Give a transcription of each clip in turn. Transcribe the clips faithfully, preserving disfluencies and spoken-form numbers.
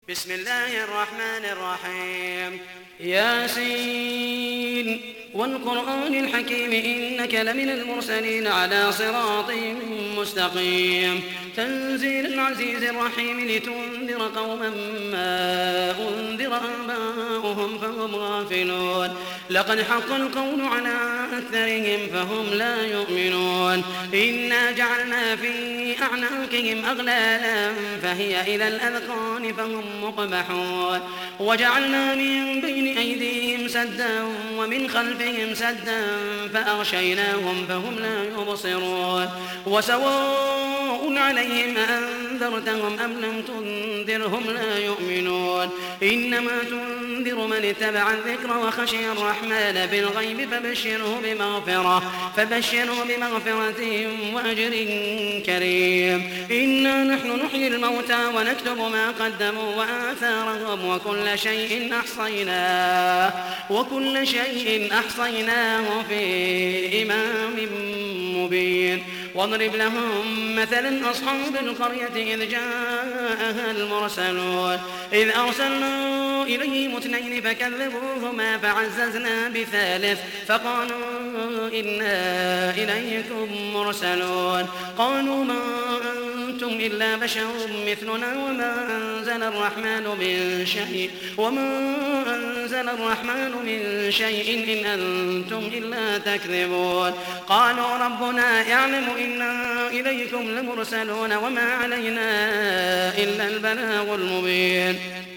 بسم الله الرحمن الرحيم ياسين والقرآن الحكيم إنك لمن المرسلين على صراط مستقيم تنزيل العزيز الرحيم لتنذر قوما ما أنذر آباؤهم فهم غافلون لقد حق القول على أكثرهم فهم لا يؤمنون إنا جعلنا في أعناقهم أغلالا فهي إلى الأذقان فهم مقمحون وجعلنا من بين أيديهم سدا ومن خلفهم سدا فأغشيناهم فهم لا يبصرون وسواء عليهم أنذرتهم أم لم تنذرهم لا يؤمنون إنما تنذر من اتبع الذكر وخشي الرحمن بالغيب فبشره بمغفرة فبشره بمغفرة وأجر كريم إنا نحن نحيي الموتى ونكتب ما قدموا وآثارهم وكل شيء أحصيناه وكل شيء أحصيناه في إمام مبين واضرب لهم مثلا أصحاب القرية إذ جاءها المرسلون إذ أرسلنا إليهم اثنين فكذبوهما فعززنا بثالث فقالوا إنا إليكم مرسلون قالوا ما أنتم إلا بشر مثلنا وما أنزل الرحمن من شيء وما أنزل الرحمن من شيء إن أنتم إلا تكذبون قالوا ربنا يعلم إنا إليكم لمرسلون وما علينا إلا البلاغ المبين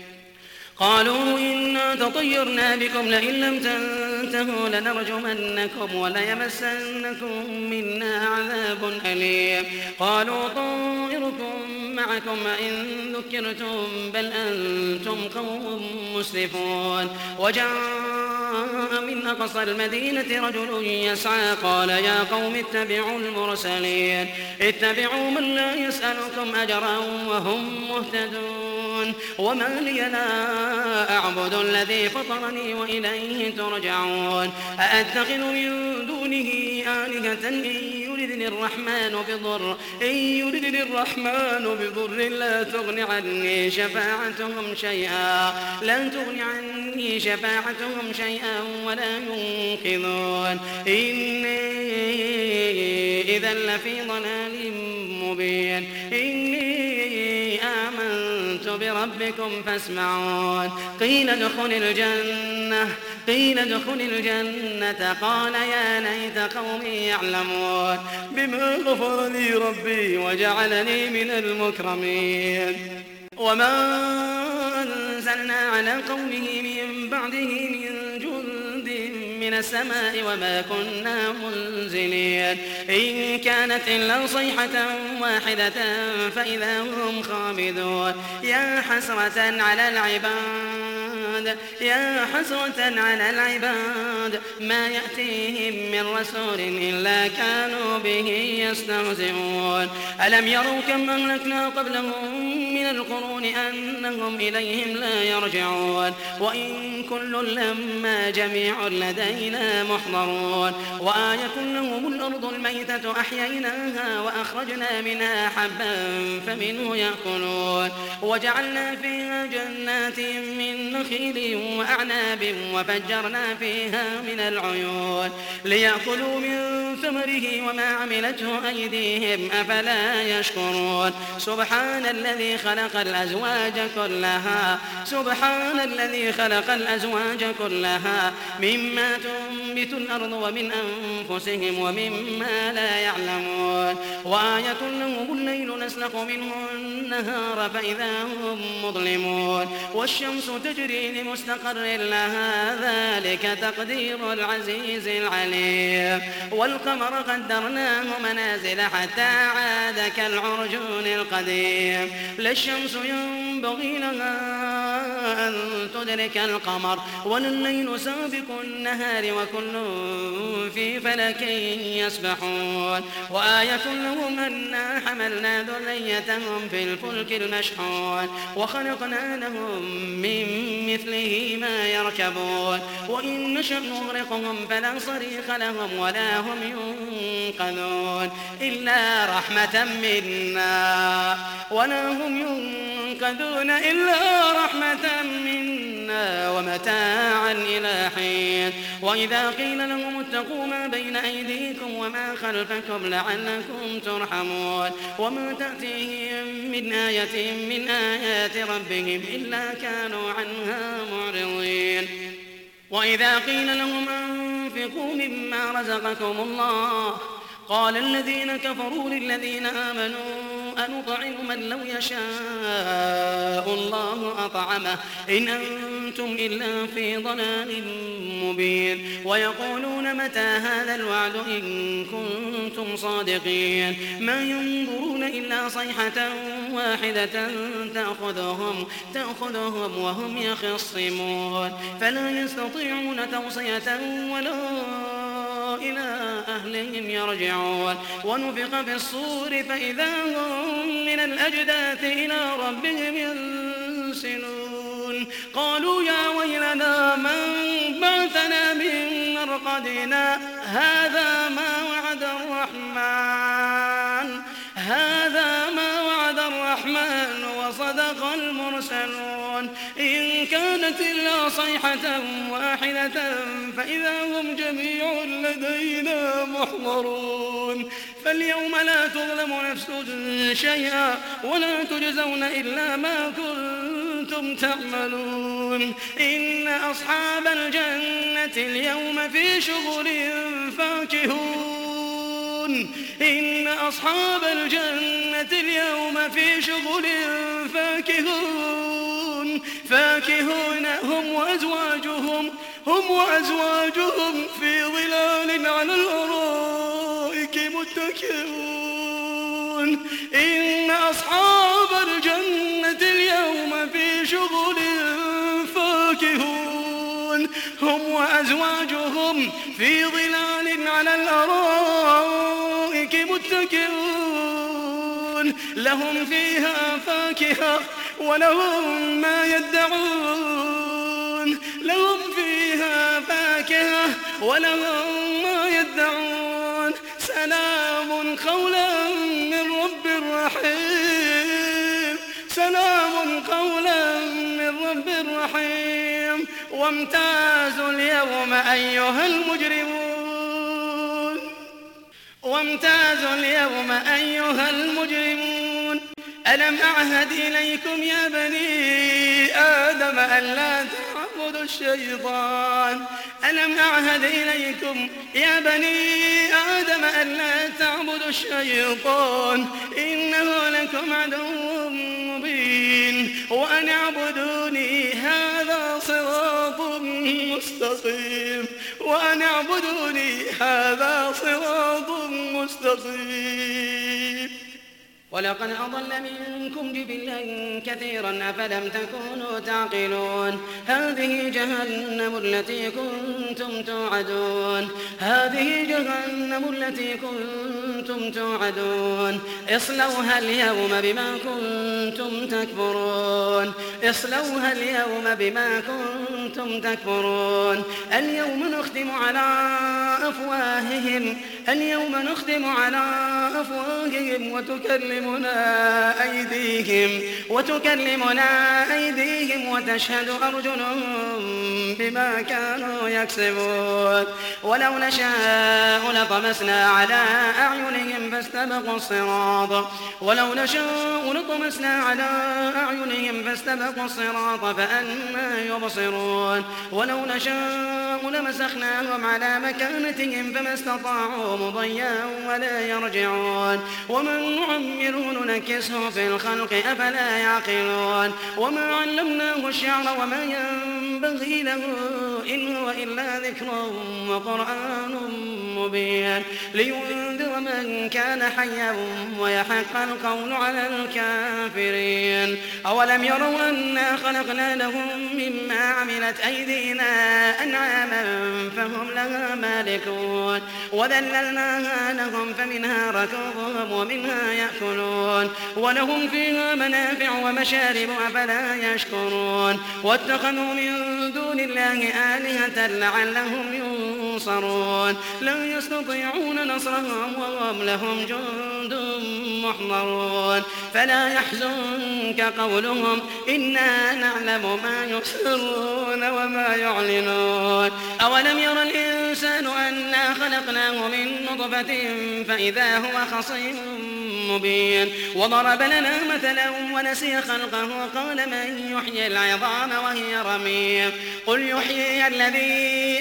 قالوا إنا تطيرنا بكم لئن لم تنتهوا لنرجمنكم وليمسنكم منا عذاب أليم قالوا طائركم معكم إن ذكرتم بل أنتم قوم مسرفون وجاء من أقصى المدينة رجل يسعى قال يا قوم اتبعوا المرسلين اتبعوا من لا يسألكم أجرا وهم مهتدون وما لي لا أعبد الذي فطرني وإليه ترجعون أأتخذ من دونه آلهة إن يردني الرحمن بضر إن يردني الرحمن بضر لا تغن عني شفاعتهم شيئا لا تغن عني شفاعتهم شيئا ولا ينقذون إني إذا لفي ضلال مبين إني آمنت بربكم فاسمعون قيل ادخل الجنة قيل ادخل الجنة قال يا ليت قومي يعلمون بما غفر لي ربي وجعلني من المكرمين وما أنزلنا على قومه من بعده من جند من السماء وما كنا منزلين إن كانت إلا صيحة واحدة فإذا هم خامدون يا حسرة على العباد يا حسرة على العباد ما يأتيهم من رسول إلا كانوا به يستهزئون ألم يروا كم أهلكنا قبلهم من القرون أنهم إليهم لا يرجعون وإن كل لما جميع لدينا محضرون وآية لهم الأرض الميتة أحييناها وأخرجنا منها حبا فمنه يأكلون وجعلنا فيها جنات من نخيل وأعناب وفجرنا فيها من العيون ليأكلوا من ثمره وما عملته أيديهم أفلا يشكرون سبحان الذي خلق الأزواج كلها سبحان الذي خلق الأزواج كلها مما تنبت الأرض ومن أنفسهم ومما لا يعلمون وآية لهم الليل نسلخ منه النهار فإذا هم مظلمون والشمس تجري لمستقر لها ذلك تقدير العزيز العليم والقمر قدرناه منازل حتى عاد كالعرجون القديم لا الشمس ينبغي لها أن تدرك القمر ولا الليل سابق النهار وكل في فلك يسبحون وآية لهم أنا حملنا ذريتهم في الفلك المشحون وخلقنا لهم من مثله ما يركبون وإن نشأ نغرقهم فلا صريخ لهم ولا هم ينقذون إلا رحمة منا ولا هم ينقذون إلا رحمة متاعا إلى حين وإذا قيل لهم اتقوا ما بين أيديكم وما خلفكم لعلكم ترحمون وما تأتيهم من آية من آيات ربهم إلا كانوا عنها معرضين وإذا قيل لهم أنفقوا مما رزقكم الله قال الذين كفروا للذين آمنوا أنطعم من لو يشاء الله أطعمه إن أنتم إلا في ضلال مبين ويقولون متى هذا الوعد إن كنتم صادقين ما ينظرون إلا صيحة واحدة تأخذهم, تأخذهم وهم يخصمون فلا يستطيعون توصية ولا إلى أهلهم يرجعون ونفخ في الصور فإذا هم من الأجداث إلى ربهم ينسلون قالوا يا ويلنا من بعثنا من مرقدنا هذا ما وعد الرحمن هذا ما وعد الرحمن وصدق المرسلون إن كانت إلا صيحة واحدة فإذا هم جميع لدينا محضرون فاليوم لا تظلم نفس شيئا ولا تجزون إلا ما كنتم تعملون إن أصحاب الجنة اليوم في شغل فاكهون إن أصحاب الجنة اليوم في شغل فاكهون فاكهون هم وأزواجهم هم وأزواجهم في ظلال على الأرائك متكئون إن أصحاب الجنة اليوم في شغل فاكهون هم وأزواجهم في ظلال على الأرائك متكئون لهم فيها فاكهة ولهم ما يدعون لهم فيها فاكهة ولهم ما يدعون سلام قولا من رب رحيم سلام قولا من رب رحيم وامتازوا اليوم أيها المجرمون وامتازوا اليوم أيها المجرمون ألم أعهد إليكم يا بني آدم ألا تعبدوا الشيطان ألم أعهد إليكم يا بني آدم ألا تعبدوا الشيطان إنه لكم عدو مبين وأن اعبدوني هذا صراط مستقيم وأن اعبدوني هذا صراط مستقيم ولقد أضل منكم جبلا كثيرا أفلم تكونوا تعقلون هذه جهنم التي كنتم توعدون هذه جهنم التي كنتم توعدون اصلوها اليوم بما كنتم تكفرون اصلوها اليوم بما كنتم تكفرون اليوم نختم على أفواههم اليوم نختم على أفواههم وتكلمنا أيديهم وتكلمنا أيديهم وتشهد أرجلهم بما كانوا يكسبون ولو نشاء لطمسنا على أعينهم فاستبقوا الصراط ولو نشاء لطمسنا على أعينهم فاستبقوا الصراط فأنى يبصرون ولو نشاء لمسخناهم على مكانتهم فما استطاعوا مضيا ولا يرجعون ومن نعمره ننكسه في الخلق أفلا يعقلون وما علمناه الشعر وما ينبغي له إن هو إلا ذكر وقرآن مبين لينذر من كان حيا ويحق القول على الكافرين أولم يروا أنا خلقنا لهم مما عملت أيدينا أنعاما فهم لها مالكون وذللناها لهم فمنها ركوبهم ومنها يأكلون ولهم فيها منافع ومشارب أفلا يشكرون يعلمون واتخذوا من دون الله آلهة لعلهم ينصرون لن يستطيعون نصرهم وهم لهم جند محضرون فلا يحزنك قولهم إنا نعلم ما يسرون وما يعلنون أولم ير الإنسان أنا خلقناه من نطفة فإذا هو خصيم مبين وضرب لنا مثلا ونسي خلقه وقال من يحيي العظام وهي رميم قل يحيي الذي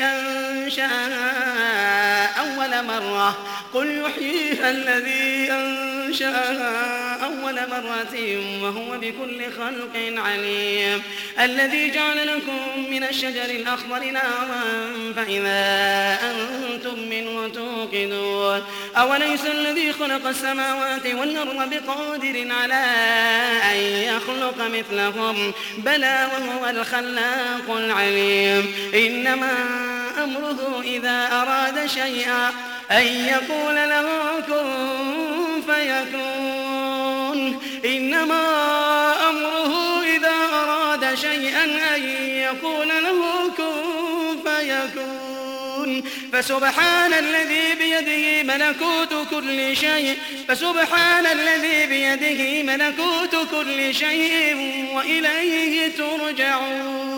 أنشأها أول مرة قل يحييها الذي أنشأها أول مرة وهو بكل خلق عليم الذي جعل لكم من الشجر الأخضر نارا فإذا أنتم منه توقدون أوليس الذي خلق السماوات والأرض بقادر على أن يخلق مثلهم بلى وهو الخلاق العليم إنما أمره إذا أراد شيئا أن يقول له كن فيكون إنما أمره إذا أراد شيئا أن يقول له كن فيكون فسبحان الذي بيده ملكوت كل شيء فسبحان الذي بيده ملكوت كل شيء وإليه ترجعون.